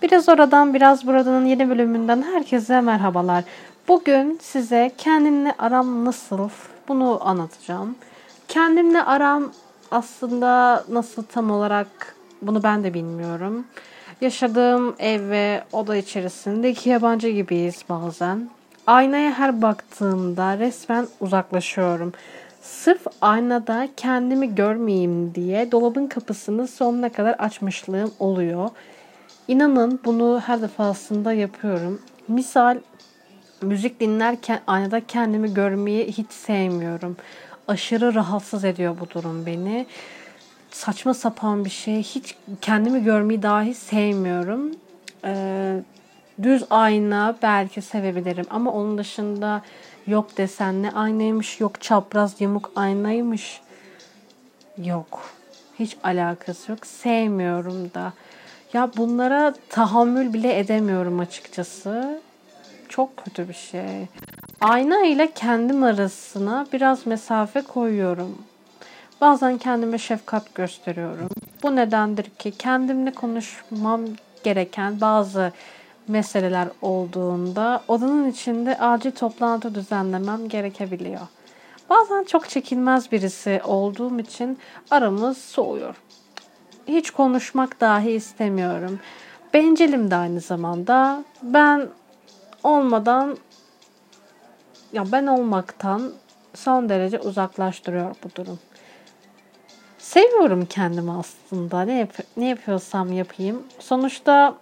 Biraz oradan biraz buradanın yeni bölümünden herkese merhabalar. Bugün size kendimle aram nasıl bunu anlatacağım. Kendimle aram aslında nasıl tam olarak bunu ben de bilmiyorum. Yaşadığım ev ve oda içerisindeki yabancı gibiyiz bazen. Aynaya her baktığımda resmen uzaklaşıyorum. Sırf aynada kendimi görmeyeyim diye dolabın kapısını sonuna kadar açmışlığım oluyor. İnanın bunu her defasında yapıyorum. Misal müzik dinlerken aynada kendimi görmeyi hiç sevmiyorum. Aşırı rahatsız ediyor bu durum beni. Saçma sapan bir şey. Hiç kendimi görmeyi dahi sevmiyorum. Düz ayna belki sevebilirim ama onun dışında yok desenli aynaymış, yok çapraz yamuk aynaymış. Yok. Hiç alakası yok. Sevmiyorum da. Ya bunlara tahammül bile edemiyorum açıkçası. Çok kötü bir şey. Ayna ile kendim arasına biraz mesafe koyuyorum. Bazen kendime şefkat gösteriyorum. Bu nedendir ki kendimle konuşmam gereken bazı meseleler olduğunda odanın içinde acil toplantı düzenlemem gerekebiliyor. Bazen çok çekilmez birisi olduğum için aramız soğuyor. Hiç konuşmak dahi istemiyorum. Bencilim de aynı zamanda. Olmadan ben olmaktan son derece uzaklaştırıyor bu durum. Seviyorum kendimi aslında. Ne yapıyorsam yapayım. Sonuçta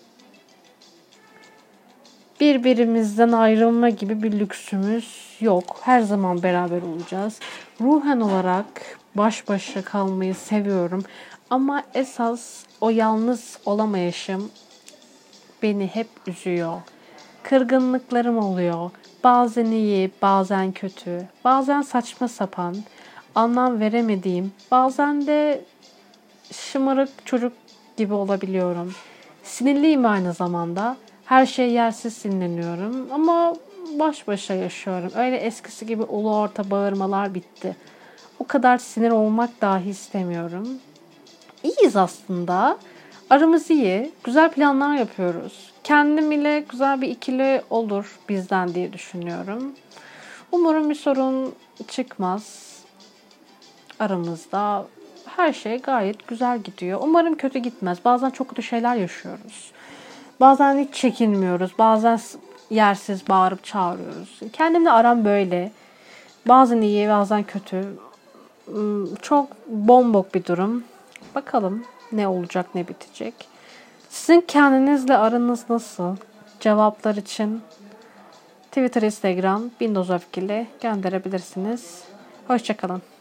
birbirimizden ayrılma gibi bir lüksümüz yok. Her zaman beraber olacağız. Ruhen olarak baş başa kalmayı seviyorum. Ama esas o yalnız olamayışım beni hep üzüyor. Kırgınlıklarım oluyor. Bazen iyi, bazen kötü, bazen saçma sapan, anlam veremediğim, bazen de şımarık çocuk gibi olabiliyorum. Sinirliyim aynı zamanda. Her şey yersiz sinirleniyorum ama baş başa yaşıyorum. Öyle eskisi gibi ulu orta bağırmalar bitti. O kadar sinir olmak dahi istemiyorum. İyiyiz aslında. Aramız iyi. Güzel planlar yapıyoruz. Kendim ile güzel bir ikili olur bizden diye düşünüyorum. Umarım bir sorun çıkmaz aramızda. Her şey gayet güzel gidiyor. Umarım kötü gitmez. Bazen çok kötü şeyler yaşıyoruz. Bazen hiç çekinmiyoruz. Bazen yersiz bağırıp çağırıyoruz. Kendimle aram böyle. Bazen iyi, bazen kötü. Çok bombok bir durum. Bakalım ne olacak, ne bitecek. Sizin kendinizle aranız nasıl? Cevaplar için Twitter, Instagram, Bindozovk ile gönderebilirsiniz. Hoşça kalın.